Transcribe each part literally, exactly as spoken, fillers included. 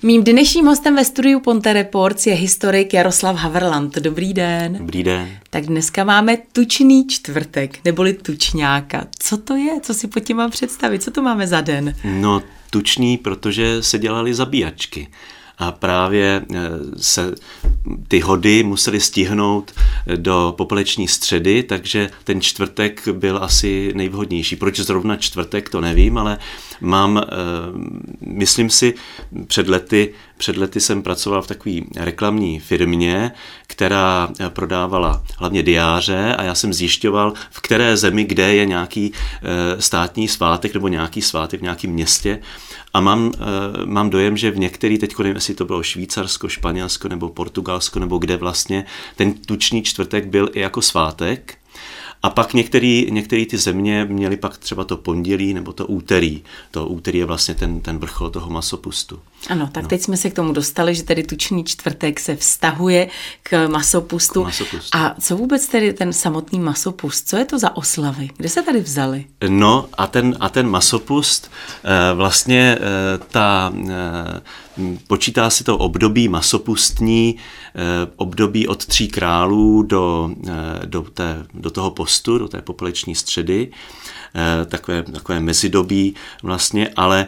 Mým dnešním hostem ve studiu Ponte Reports je historik Jaroslav Havrlant. Dobrý den. Dobrý den. Tak dneska máme tučný čtvrtek, neboli tučňáka. Co to je? Co si pod tím mám představit? Co to máme za den? No tučný, protože se dělaly zabíjačky. A právě se ty hody musely stihnout do popoleční středy, takže ten čtvrtek byl asi nejvhodnější. Proč zrovna čtvrtek, to nevím, ale mám, myslím si, před lety, před lety jsem pracoval v takové reklamní firmě, která prodávala hlavně diáře a já jsem zjišťoval, v které zemi, kde je nějaký státní svátek nebo nějaký svátek v nějakém městě. A mám, mám dojem, že v některý, teď nevím, jestli to bylo Švýcarsko, Španělsko nebo Portugalsko, nebo kde vlastně ten tučný čtvrtek byl i jako svátek. A pak některý, některý ty země měly pak třeba to pondělí nebo to úterý. To úterý je vlastně ten, ten vrchol toho masopustu. Ano, tak no. Teď jsme se k tomu dostali, že tedy tučný čtvrtek se vztahuje k masopustu. K masopustu. A co vůbec tedy ten samotný masopust? Co je to za oslavy? Kde se tady vzali? No a ten, a ten masopust, vlastně ta, počítá si to období masopustní, období od tří králů do, do, té, do toho postu, do té popoleční středy, takové, takové mezidobí vlastně, ale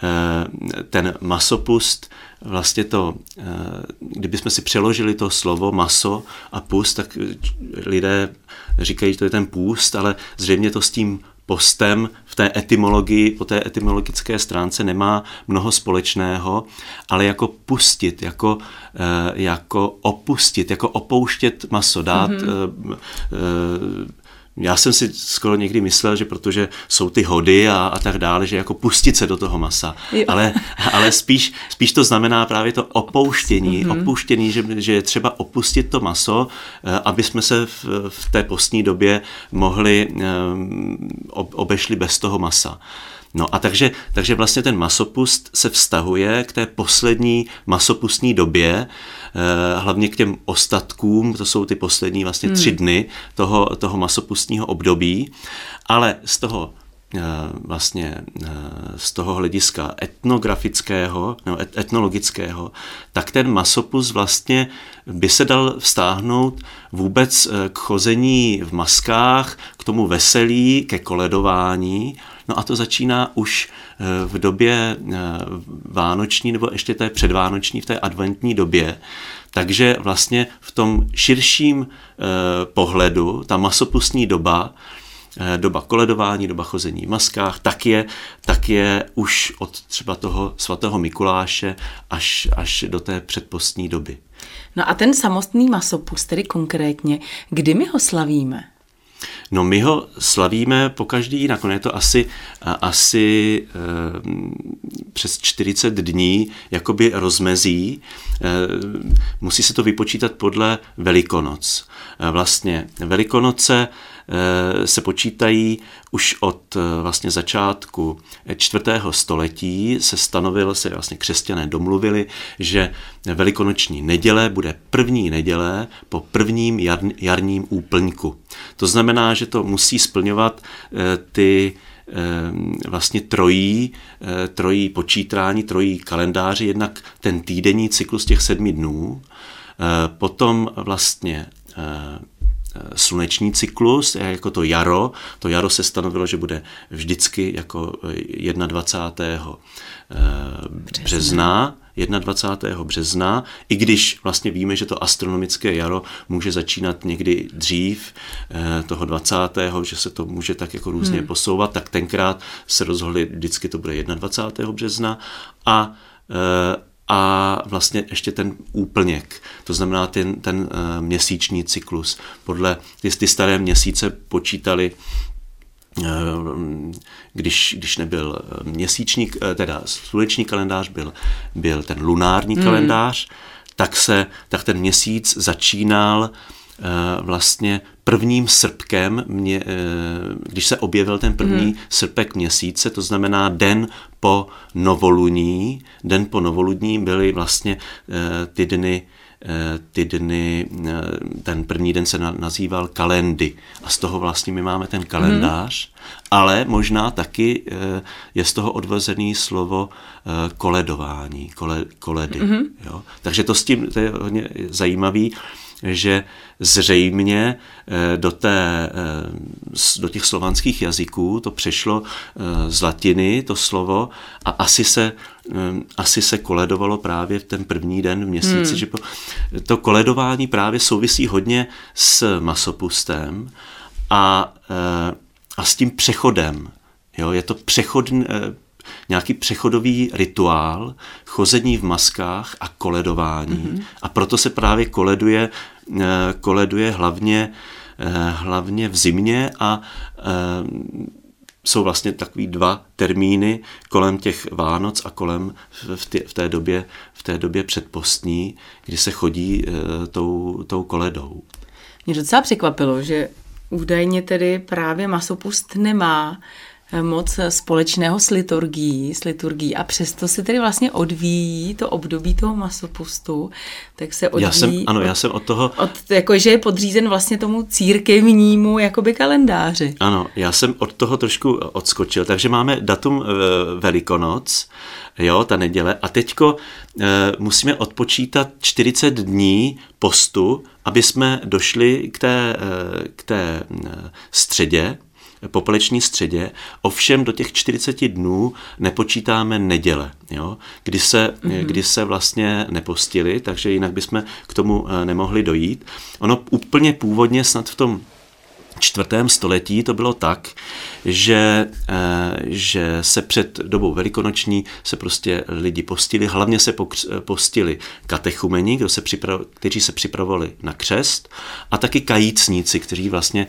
ten masopust, vlastně to, kdybychom si přeložili to slovo maso a pust, tak lidé říkají, že to je ten půst, ale zřejmě to s tím postem v té etymologii, po té etymologické stránce nemá mnoho společného, ale jako pustit, jako, jako opustit, jako opouštět maso, dát mm-hmm. Já jsem si skoro někdy myslel, že protože jsou ty hody a, a tak dále, že jako pustit se do toho masa. Ale, ale spíš, spíš to znamená právě to opouštění, mm-hmm. opouštění, že, že je třeba opustit to maso, aby jsme se v, v té postní době mohli obešli bez toho masa. No a takže, takže vlastně ten masopust se vztahuje k té poslední masopustní době, hlavně k těm ostatkům, to jsou ty poslední vlastně hmm. tři dny toho, toho masopustního období, ale z toho vlastně z toho hlediska etnografického nebo etnologického, tak ten masopust vlastně by se dal vztáhnout vůbec k chození v maskách, k tomu veselí, ke koledování. No a to začíná už v době vánoční nebo ještě té předvánoční, v té adventní době. Takže vlastně v tom širším pohledu ta masopustní doba, doba koledování, doba chození v maskách, tak je, tak je už od třeba toho svatého Mikuláše až, až do té předpostní doby. No a ten samotný masopust, tedy konkrétně, kdy my ho slavíme? No my ho slavíme pokaždý jinak, je to asi, asi eh, přes čtyřicet dní jakoby rozmezí, eh, musí se to vypočítat podle Velikonoc. Eh, vlastně Velikonoce eh, se počítají už od eh, vlastně začátku čtvrtého století, se stanovil, se vlastně křesťané domluvili, že velikonoční neděle bude první neděle po prvním jar, jarním úplňku. To znamená, že to musí splňovat eh, ty eh, vlastně trojí, eh, trojí počítání, trojí kalendáři, jednak ten týdenní cyklus těch sedmi dnů, eh, potom vlastně eh, sluneční cyklus, jako to jaro. To jaro se stanovilo, že bude vždycky jako dvacátého prvního března, dvacátého prvního března, i když vlastně víme, že to astronomické jaro může začínat někdy dřív toho dvacátého že se to může tak jako různě hmm. posouvat, tak tenkrát se rozhodli, vždycky to bude dvacátého prvního března a a vlastně ještě ten úplněk, to znamená ten, ten uh, měsíční cyklus. Podle ty, ty staré měsíce počítali, uh, když, když nebyl měsíční, teda sluneční kalendář, byl, byl ten lunární hmm. kalendář, tak, se, tak ten měsíc začínal uh, vlastně prvním srpkem, mě, když se objevil ten první hmm. srpek měsíce, to znamená den po novoluní, den po novoluní byly vlastně ty dny ty dny, ten první den se nazýval kalendy a z toho vlastně my máme ten kalendář, hmm. ale možná taky je z toho odvozený slovo koledování, kole, koledy. Hmm. Jo? Takže to s tím to je hodně zajímavý, že zřejmě do, té, do těch slovanských jazyků to přešlo z latiny, to slovo, a asi se, asi se koledovalo právě v ten první den v měsíci. Hmm. Že to koledování právě souvisí hodně s masopustem a, a s tím přechodem. Jo? Je to přechodný, nějaký přechodový rituál, chození v maskách a koledování. Mm-hmm. A proto se právě koleduje, koleduje hlavně, hlavně v zimě a jsou vlastně takový dva termíny kolem těch Vánoc a kolem v té, v té době, v té době předpostní, kdy se chodí tou, tou koledou. Mě docela překvapilo, že údajně tedy právě masopust nemá moc společného s liturgií, s liturgií a přesto se tedy vlastně odvíjí to období toho masopustu, tak se odvíjí... Já jsem, ano, od, já jsem od toho... Od, jakože je podřízen vlastně tomu církevnímu jakoby kalendáři. Ano, já jsem od toho trošku odskočil, takže máme datum Velikonoc, jo, ta neděle, a teďko e, musíme odpočítat čtyřicet dní postu, aby jsme došli k té, e, k té středě, popeleční středě, ovšem do těch čtyřiceti dnů nepočítáme neděle, jo? Kdy, se, mm-hmm. kdy se vlastně nepostili, takže jinak bychom k tomu nemohli dojít. Ono úplně původně snad v tom čtvrtém století to bylo tak, že, že se před dobou velikonoční se prostě lidi postili, hlavně se postili katechumeni, kdo se připrav, kteří se připravovali na křest, a taky kajícníci, kteří vlastně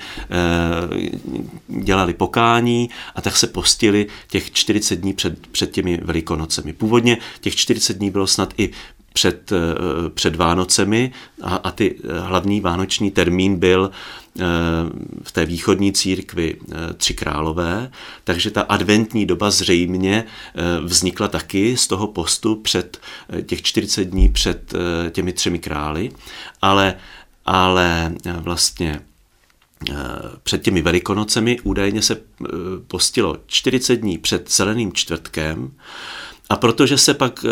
dělali pokání a tak se postili těch čtyřicet dní před, před těmi velikonocemi. Původně těch čtyřicet dní bylo snad i před, před Vánocemi a, a ty hlavní vánoční termín byl v té východní církvi Tři králové, takže ta adventní doba zřejmě vznikla taky z toho postu před těch čtyřicet dní před těmi třemi králi, ale, ale vlastně před těmi velikonocemi údajně se postilo čtyřicet dní před zeleným čtvrtkem. A protože se pak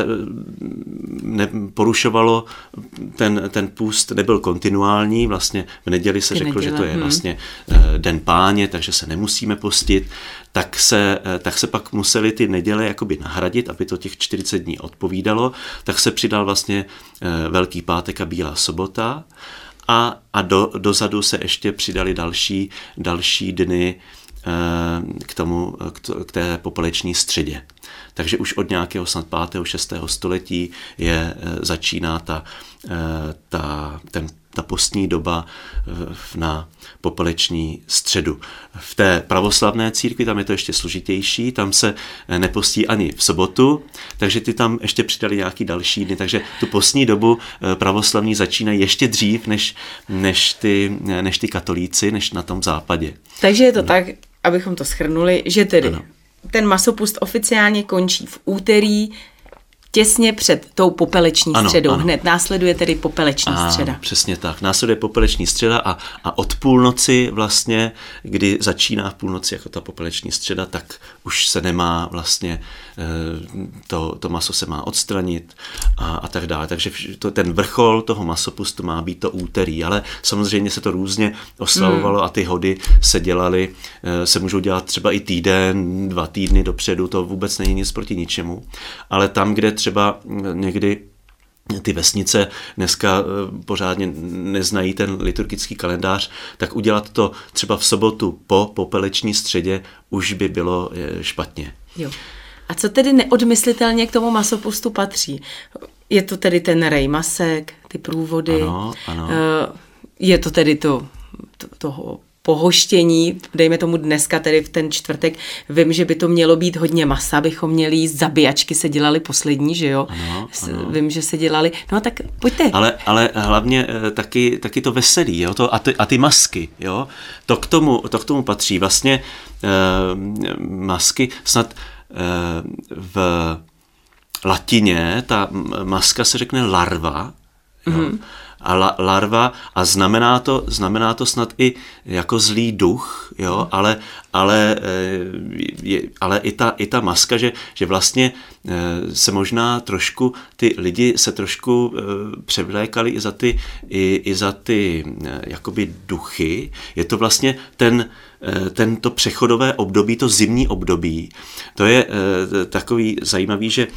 porušovalo, ten, ten půst nebyl kontinuální, vlastně v neděli se Ty řeklo, neděle, že to je hmm. vlastně den Páně, takže se nemusíme postit, tak se, tak se pak museli ty neděle jakoby nahradit, aby to těch čtyřicet dní odpovídalo, tak se přidal vlastně Velký pátek a Bílá sobota a, a do, dozadu se ještě přidali další, další dny k tomu, k té popeleční středě. Takže už od nějakého snad pátého šestého století je, začíná ta, ta, ten, ta postní doba na popeleční středu. V té pravoslavné církvi tam je to ještě složitější, tam se nepostí ani v sobotu, takže ty tam ještě přidali nějaký další dny, takže tu postní dobu pravoslavní začínají ještě dřív než, než, ty, než ty katolíci, než na tom západě. Takže je to no. tak, abychom to shrnuli, že tedy ano. ten masopust oficiálně končí v úterý těsně před tou popeleční ano, středou. Ano. Hned následuje tedy popeleční ano, středa. Přesně tak. Následuje popeleční středa a, a od půlnoci vlastně, kdy začíná v půlnoci jako ta popeleční středa, tak už se nemá vlastně, to, to maso se má odstranit a, a tak dále. Takže to, ten vrchol toho masopustu má být to úterý, ale samozřejmě se to různě oslavovalo hmm. a ty hody se dělaly, se můžou dělat třeba i týden, dva týdny dopředu, to vůbec není nic proti ničemu. Ale tam, kde třeba někdy ty vesnice dneska pořádně neznají ten liturgický kalendář, tak udělat to třeba v sobotu po popeleční středě už by bylo špatně. Jo. A co tedy neodmyslitelně k tomu masopustu patří? Je to tedy ten rejmasek, ty průvody? Ano, ano. Je to tedy to, to toho pohoštění, dejme tomu dneska, tedy v ten čtvrtek, vím, že by to mělo být hodně masa, bychom měli jíst, zabíjačky se dělaly poslední, že jo? Ano, ano. Vím, že se dělali, no tak pojďte. Ale, ale hlavně taky, taky to veselí, jo? To, a, ty, a ty masky, jo? To k tomu, to k tomu patří. Vlastně eh, masky snad eh, v latině, ta maska se řekne larva, Mm-hmm. A la, larva, a znamená to, znamená to snad i jako zlý duch, jo, ale, ale, je, ale i, ta, i ta maska, že, že vlastně se možná trošku, ty lidi se trošku převlékali i za ty, i, i za ty jakoby duchy. Je to vlastně ten, tento přechodové období, to zimní období. To je takový zajímavý, že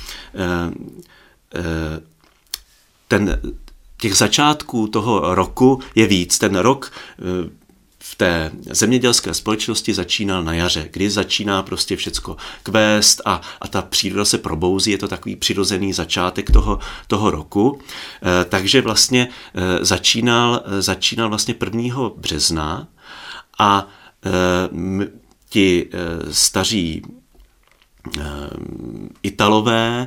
ten těch začátků toho roku je víc. Ten rok v té zemědělské společnosti začínal na jaře, kdy začíná prostě všecko kvést a, a ta příroda se probouzí, je to takový přirozený začátek toho, toho roku. E, takže vlastně e, začínal, začínal vlastně prvního března a e, m, ti e, staří e, Italové e,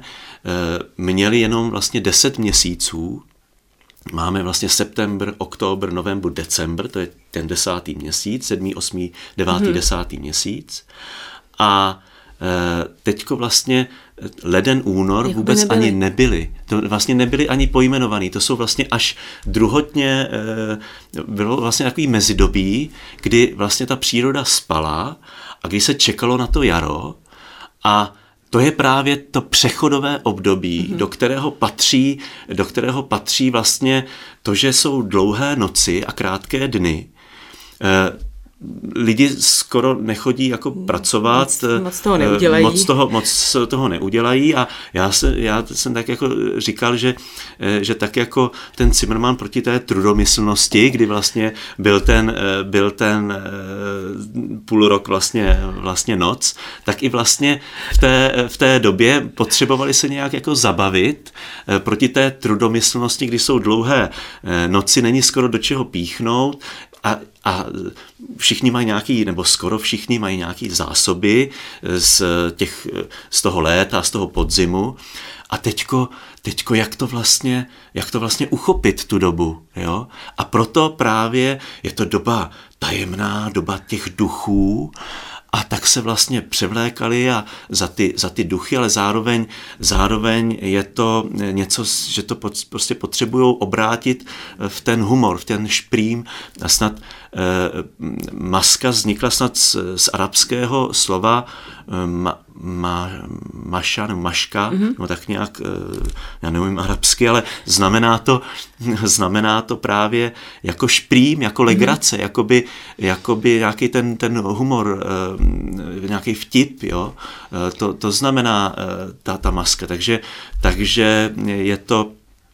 měli jenom vlastně deset měsíců. Máme vlastně september, oktober, november, december, to je ten desátý měsíc, sedmý, osmý, devátý, hmm. desátý měsíc. A e, teďko vlastně leden, únor jako vůbec nebyli. ani nebyli. To vlastně nebyli ani pojmenovaný. To jsou vlastně až druhotně, e, bylo vlastně takový mezidobí, kdy vlastně ta příroda spala a kdy se čekalo na to jaro a to je právě to přechodové období, mm-hmm. do kterého patří, do kterého patří vlastně to, že jsou dlouhé noci a krátké dny. E, lidi skoro nechodí jako pracovat, moc, moc toho neudělají. Moc toho, moc toho neudělají a já, se, já jsem tak jako říkal, že, že tak jako ten Zimmermann proti té trudomyslnosti, kdy vlastně byl ten, byl ten půl rok vlastně, vlastně noc, tak i vlastně v té, v té době potřebovali se nějak jako zabavit proti té trudomyslnosti, kdy jsou dlouhé noci, není skoro do čeho píchnout. A, a všichni mají nějaký, nebo skoro všichni mají nějaký zásoby z, těch, z toho léta, z toho podzimu. A teďko, teďko jak, to vlastně, jak to vlastně uchopit tu dobu. Jo? A proto právě je to doba tajemná, doba těch duchů. A tak se vlastně převlékali a za ty, za ty duchy, ale zároveň, zároveň je to něco, že to prostě potřebují obrátit v ten humor, v ten šprým. A snad eh, maska vznikla snad z, z arabského slova ma, ma, maša nebo maška, mm-hmm. no tak nějak, já nevím arabsky, ale znamená to, znamená to právě jako šprým, jako legrace, mm-hmm. jakoby, jakoby nějaký ten, ten humor, nějaký vtip, jo? To, to znamená ta, ta maska, takže, takže je to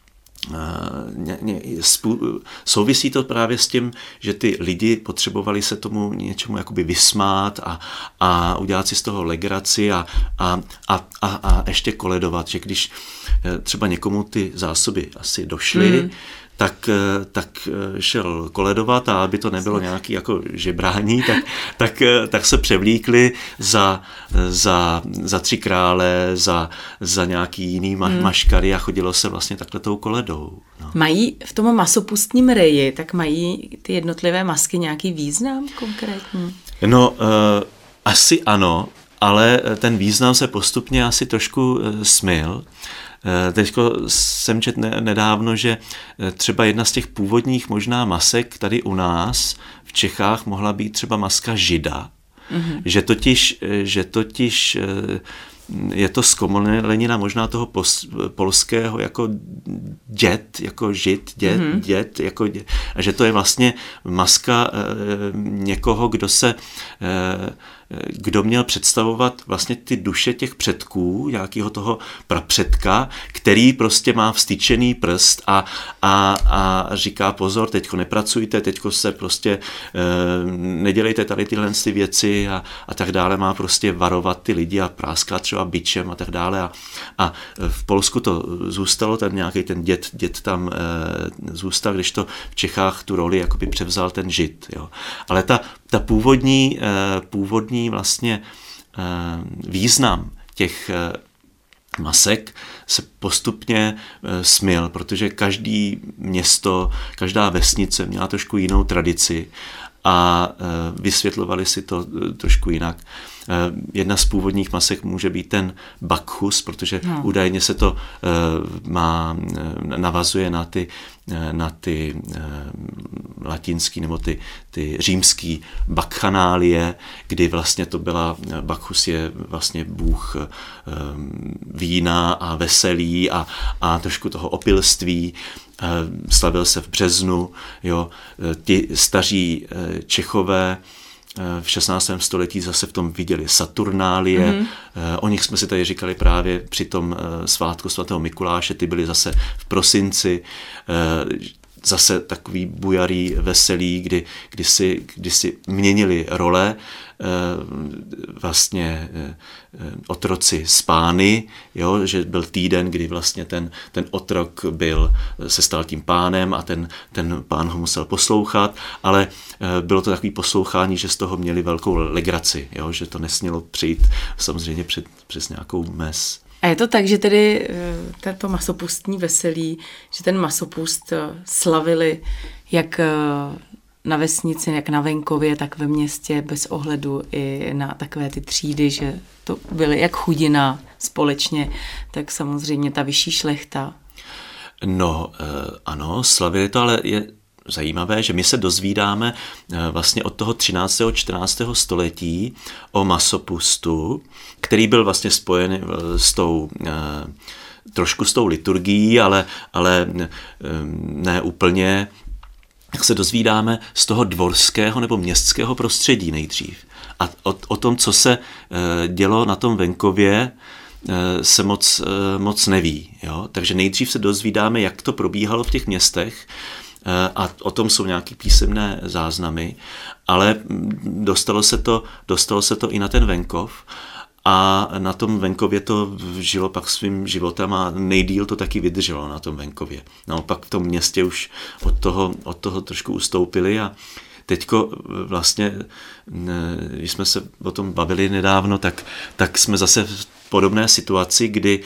souvisí to právě s tím, že ty lidi potřebovali se tomu něčemu jakoby vysmát a, a udělat si z toho legraci a, a, a, a, a ještě koledovat, že když třeba někomu ty zásoby asi došly, mm. tak, tak šel koledovat a aby to nebylo nějaký jako žebrání, tak, tak, tak se převlíkli za, za, za tři krále, za, za nějaký jiný ma, hmm. maškary a chodilo se vlastně takhle tou koledou. No. Mají v tom masopustním reji, tak mají ty jednotlivé masky nějaký význam konkrétní? No, uh, asi ano, ale ten význam se postupně asi trošku uh, smyl. Teďko jsem četl nedávno, že třeba jedna z těch původních možná masek tady u nás v Čechách mohla být třeba maska žida, mm-hmm. že totiž, že totiž je to zkomolenina možná toho pos, polského jako děd, jako žid, děd, mm-hmm. děd, jako děd, a že to je vlastně maska někoho, kdo se kdo měl představovat vlastně ty duše těch předků, nějakého toho prapředka, který prostě má vstyčený prst a, a, a říká pozor, teďko nepracujte, teďko se prostě e, nedělejte tady tyhle ty věci a, a tak dále, má prostě varovat ty lidi a práskat třeba bičem a tak dále a, a v Polsku to zůstalo, ten nějaký ten děd, děd tam e, zůstal, když to v Čechách tu roli jakoby převzal ten žid, jo. Ale ta, ta původní, e, původní vlastně význam těch masek se postupně smyl, protože každý město, každá vesnice měla trošku jinou tradici a vysvětlovali si to trošku jinak. Jedna z původních masek může být ten Bacchus, protože no. údajně se to má, navazuje na ty, na ty latinský nebo ty, ty římský bakchanálie, kdy vlastně to byla, Bacchus je vlastně bůh vína a veselí a, a trošku toho opilství. Slavil se v březnu. Jo. Ti staří Čechové v šestnáctém století zase v tom viděli Saturnálie. Mm-hmm. O nich jsme si tady říkali právě při tom svátku svatého Mikuláše, ty byly zase v prosinci. Zase takový bujarý, veselý, kdy, kdy, si, kdy si měnili role vlastně otroci s pány, jo, že byl týden, kdy vlastně ten, ten otrok byl, se stal tím pánem a ten, ten pán ho musel poslouchat, ale bylo to takový poslouchání, že z toho měli velkou legraci, jo, že to nesmělo přijít samozřejmě před, přes nějakou mez. A je to tak, že tedy tento masopustní veselí, že ten masopust slavili jak na vesnici, jak na venkově, tak ve městě, bez ohledu i na takové ty třídy, že to byly jak chudina společně, tak samozřejmě ta vyšší šlechta. No, ano, slavili to, ale je zajímavé, že my se dozvídáme vlastně od toho třináctého čtrnáctého století o masopustu, který byl vlastně spojen s tou trošku s tou liturgií, ale, ale ne úplně, jak se dozvídáme z toho dvorského nebo městského prostředí nejdřív. A o, o tom, co se dělo na tom venkově, se moc, moc neví. Jo? Takže nejdřív se dozvídáme, jak to probíhalo v těch městech, a o tom jsou nějaké písemné záznamy, ale dostalo se to, dostalo se to i na ten venkov a na tom venkově to žilo pak svým životem a nejdýl to taky vydrželo na tom venkově. Naopak v tom městě už od toho, od toho trošku ustoupili a teďko vlastně, když jsme se o tom bavili nedávno, tak, tak jsme zase v podobné situaci, kdy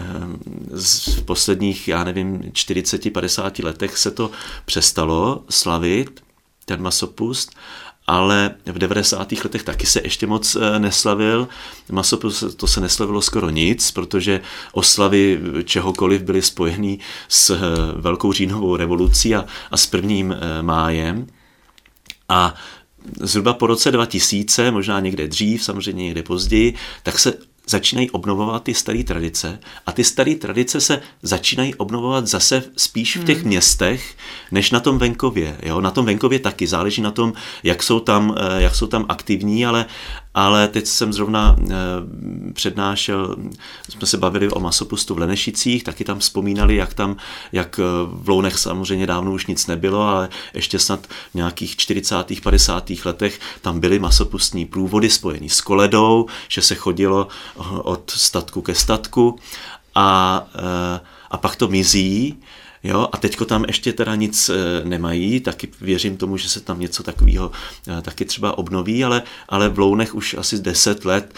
v posledních, já nevím, čtyřicet padesát letech se to přestalo slavit, ten masopust, ale v devadesátých letech taky se ještě moc neslavil. Masopust, to se neslavilo skoro nic, protože oslavy čehokoliv byly spojený s Velkou říjnovou revolucí a, a s prvním májem. A zhruba po roce dva tisíce, možná někde dřív, samozřejmě někde později, tak se začínají obnovovat ty staré tradice a ty staré tradice se začínají obnovovat zase spíš v těch hmm. městech, než na tom venkově. Jo? Na tom venkově taky záleží na tom, jak jsou tam, jak jsou tam aktivní, ale, ale teď jsem zrovna přednášel, jsme se bavili o masopustu v Lenešicích, taky tam vzpomínali, jak tam, jak v Lounech samozřejmě dávno už nic nebylo, ale ještě snad v nějakých čtyřicátých padesátých letech tam byly masopustní průvody spojený s koledou, že se chodilo od statku ke statku a, a pak to mizí. Jo, a teďko tam ještě teda nic nemají, taky věřím tomu, že se tam něco takového taky třeba obnoví, ale, ale v Lounech už asi deset let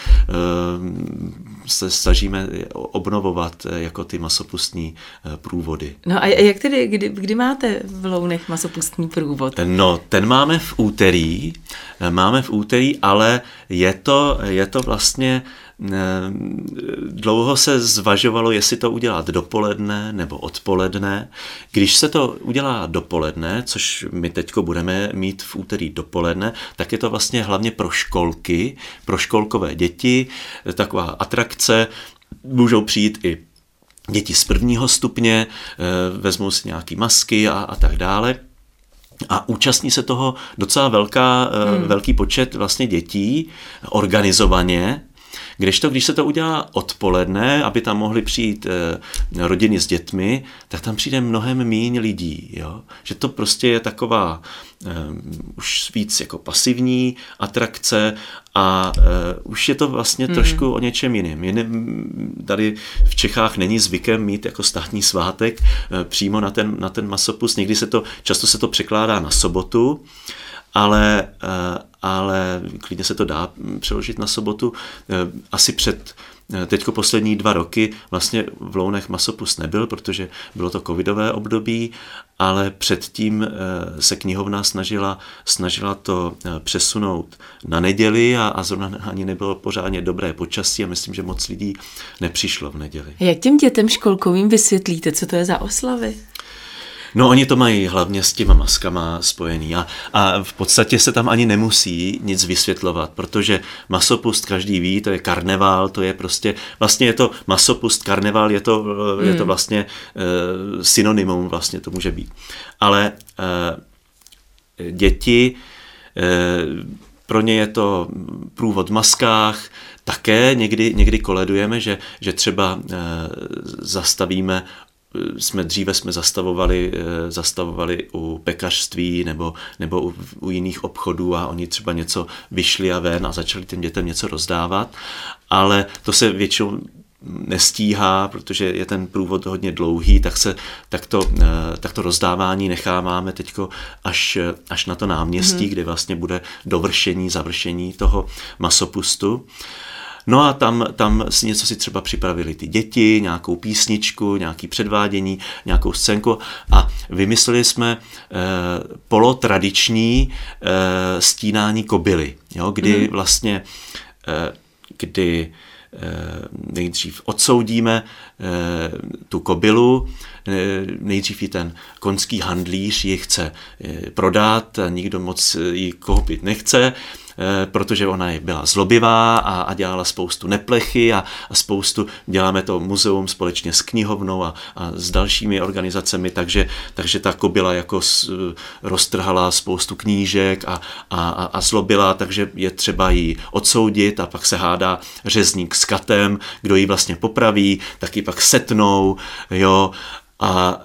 se snažíme obnovovat jako ty masopustní průvody. No a jak tedy, kdy, kdy máte v Lounech masopustní průvod? No, ten máme v úterý, máme v úterý, ale je to, je to vlastně dlouho se zvažovalo, jestli to udělat dopoledne nebo odpoledne. Když se to udělá dopoledne, což my teďko budeme mít v úterý dopoledne, tak je to vlastně hlavně pro školky, pro školkové děti, taková atrakce, můžou přijít i děti z prvního stupně, vezmou si nějaký masky a, a tak dále. A účastní se toho docela velká, hmm. velký počet vlastně dětí organizovaně. Kdežto, když se to udělá odpoledne, aby tam mohly přijít e, rodiny s dětmi, tak tam přijde mnohem míň lidí. Jo? Že to prostě je taková e, už víc jako pasivní atrakce a e, už je to vlastně mm. trošku o něčem jiném. jiném. Tady v Čechách není zvykem mít jako státní svátek e, přímo na ten, na ten masopust. Někdy se to, často se to překládá na sobotu, ale, ale klidně se to dá přeložit na sobotu. Asi před teďko poslední dva roky vlastně v Lounech masopust nebyl, protože bylo to covidové období, ale předtím se knihovna snažila, snažila to přesunout na neděli a, a zrovna ani nebylo pořádně dobré počasí a myslím, že moc lidí nepřišlo v neděli. Jak těm dětem školkovým vysvětlíte, co to je za oslavy? No oni to mají hlavně s těma maskama spojený a, a v podstatě se tam ani nemusí nic vysvětlovat, protože masopust každý ví, to je karneval, to je prostě, vlastně je to masopust, karneval, je to, hmm. je to vlastně e, synonymum, vlastně to může být. Ale e, děti, e, pro ně je to průvod v maskách, také někdy, někdy koledujeme, že, že třeba e, zastavíme jsme dříve jsme zastavovali, zastavovali u pekařství nebo, nebo u, u jiných obchodů a oni třeba něco vyšli a ven a začali těm dětem něco rozdávat, ale to se většinou nestíhá, protože je ten průvod hodně dlouhý, tak, se, tak, to, tak to rozdávání necháváme teďko až, až na to náměstí, mm-hmm. kde vlastně bude dovršení, završení toho masopustu. No a tam, tam si něco si třeba připravili ty děti, nějakou písničku, nějaký předvádění, nějakou scénku a vymysleli jsme eh, polotradiční eh, stínání kobily, jo, kdy mm. vlastně, eh, kdy eh, nejdřív odsoudíme eh, tu kobylu, eh, nejdřív ji ten konský handlíř ji chce eh, prodat, nikdo moc ji koupit nechce, protože ona byla zlobivá a, a dělala spoustu neplechy a, a spoustu, děláme to muzeum společně s knihovnou a, a s dalšími organizacemi, takže, takže ta kobyla jako s, roztrhala spoustu knížek a, a, a zlobila, takže je třeba ji odsoudit a pak se hádá řezník s katem, kdo ji vlastně popraví, tak ji pak setnou, jo, a,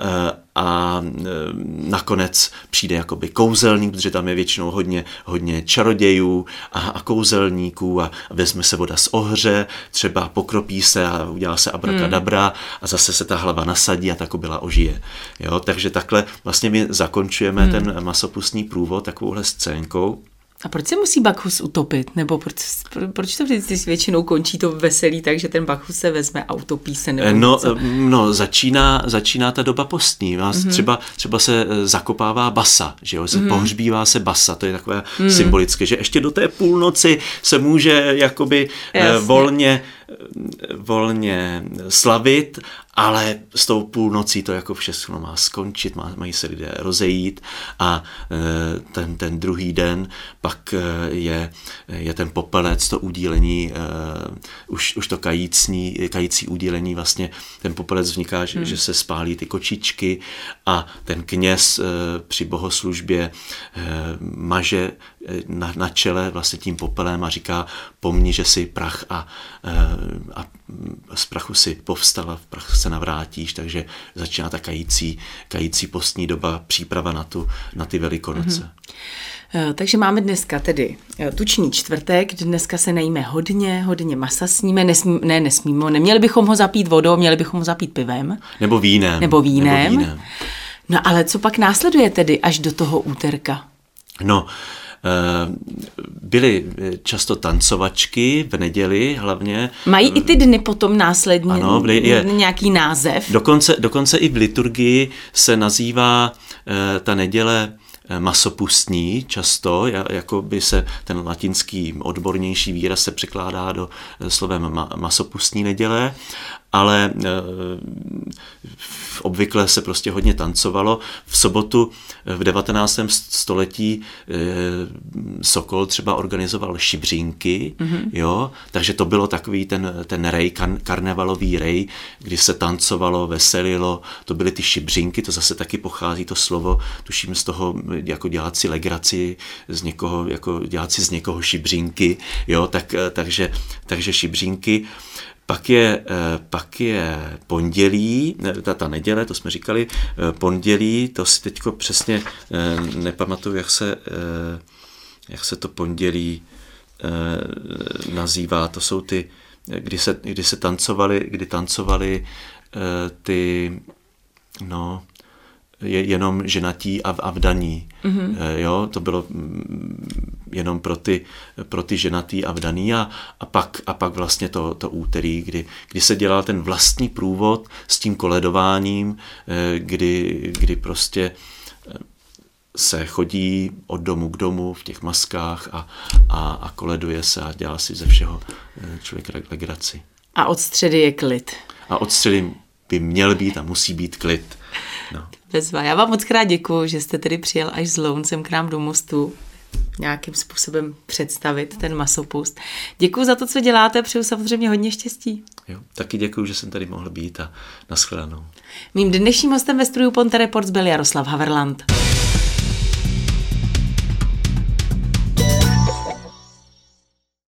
a nakonec přijde jakoby kouzelník, protože tam je většinou hodně, hodně čarodějů a, a kouzelníků a vezme se voda z ohře, třeba pokropí se a udělá se abrakadabra hmm. a zase se ta hlava nasadí a ta kobyla ožije. Jo, takže takhle vlastně my zakončujeme hmm. ten masopustní průvod takovouhle scénkou. A proč se musí Bacchus utopit? Nebo proč, proč to vždycky většinou končí to veselí tak, že ten Bacchus se vezme a utopí se? Nebo no, no začíná, začíná ta doba postní. Mm-hmm. Třeba, třeba se zakopává basa, že jo? Se mm-hmm. pohřbívá se basa, to je takové mm-hmm. symbolické, že ještě do té půlnoci se může jakoby Jasně. volně volně slavit, ale s tou půlnocí to jako všechno má skončit, má, mají se lidé rozejít a ten, ten druhý den pak je, je ten popelec, to udílení, už, už to kající, kající udílení, vlastně ten popelec vzniká, že, hmm. že se spálí ty kočičky a ten kněz při bohoslužbě maže na, na čele vlastně tím popelem a říká pomni, že si prach a, a z prachu si povstala, v prach se navrátíš, takže začíná ta kající, kající postní doba, příprava na, tu, na ty Velikonoce. Mm-hmm. Takže máme dneska tedy tučný čtvrtek, dneska se najíme hodně, hodně masa sníme, nesmí, ne nesmíme, neměli bychom ho zapít vodou, měli bychom ho zapít pivem. Nebo vínem. Nebo vínem. Nebo vínem. No ale co pak následuje tedy až do toho úterka? No, byly často tancovačky v neděli hlavně. Mají i ty dny potom následně ano, je, nějaký název? Dokonce, dokonce i v liturgii se nazývá ta neděle masopustní často, jako by se ten latinský odbornější výraz se překládá do slovem ma, masopustní neděle, ale e, obvykle se prostě hodně tancovalo. V sobotu v devatenáctém století e, Sokol třeba organizoval šibřínky, mm-hmm. jo, takže to bylo takový ten, ten rej, kar, karnevalový rej, kdy se tancovalo, veselilo, to byly ty šibřínky, to zase taky pochází to slovo, tuším z toho, jako dělat si legraci z někoho, jako dělat si z někoho šibřínky, jo, tak, takže, takže šibřínky. Pak je, pak je pondělí, ta, ta neděle, to jsme říkali, pondělí, to si teďko přesně nepamatuju, jak se, jak se to pondělí nazývá. To jsou ty, kdy se, kdy se tancovali, kdy tancovali ty, no, je jenom ženatí a, a vdaní. Mm-hmm. Jo, to bylo jenom pro ty, pro ty ženatý a vdaný a, a, pak, a pak vlastně to, to úterý, kdy, kdy se dělal ten vlastní průvod s tím koledováním, kdy, kdy prostě se chodí od domu k domu v těch maskách a, a, a koleduje se a dělá si ze všeho člověk legraci. A od středy je klid. A od středy by měl být a musí být klid. No. Bezva. Já vám moc krát děkuju, že jste tedy přijel až z Loun sem k nám do Mostu nějakým způsobem představit ten masopust. Děkuju za to, co děláte, přeju samozřejmě hodně štěstí. Jo, taky děkuju, že jsem tady mohl být a nashledanou. Mým dnešním hostem ve studiu Ponte Reports byl Jaroslav Haverland.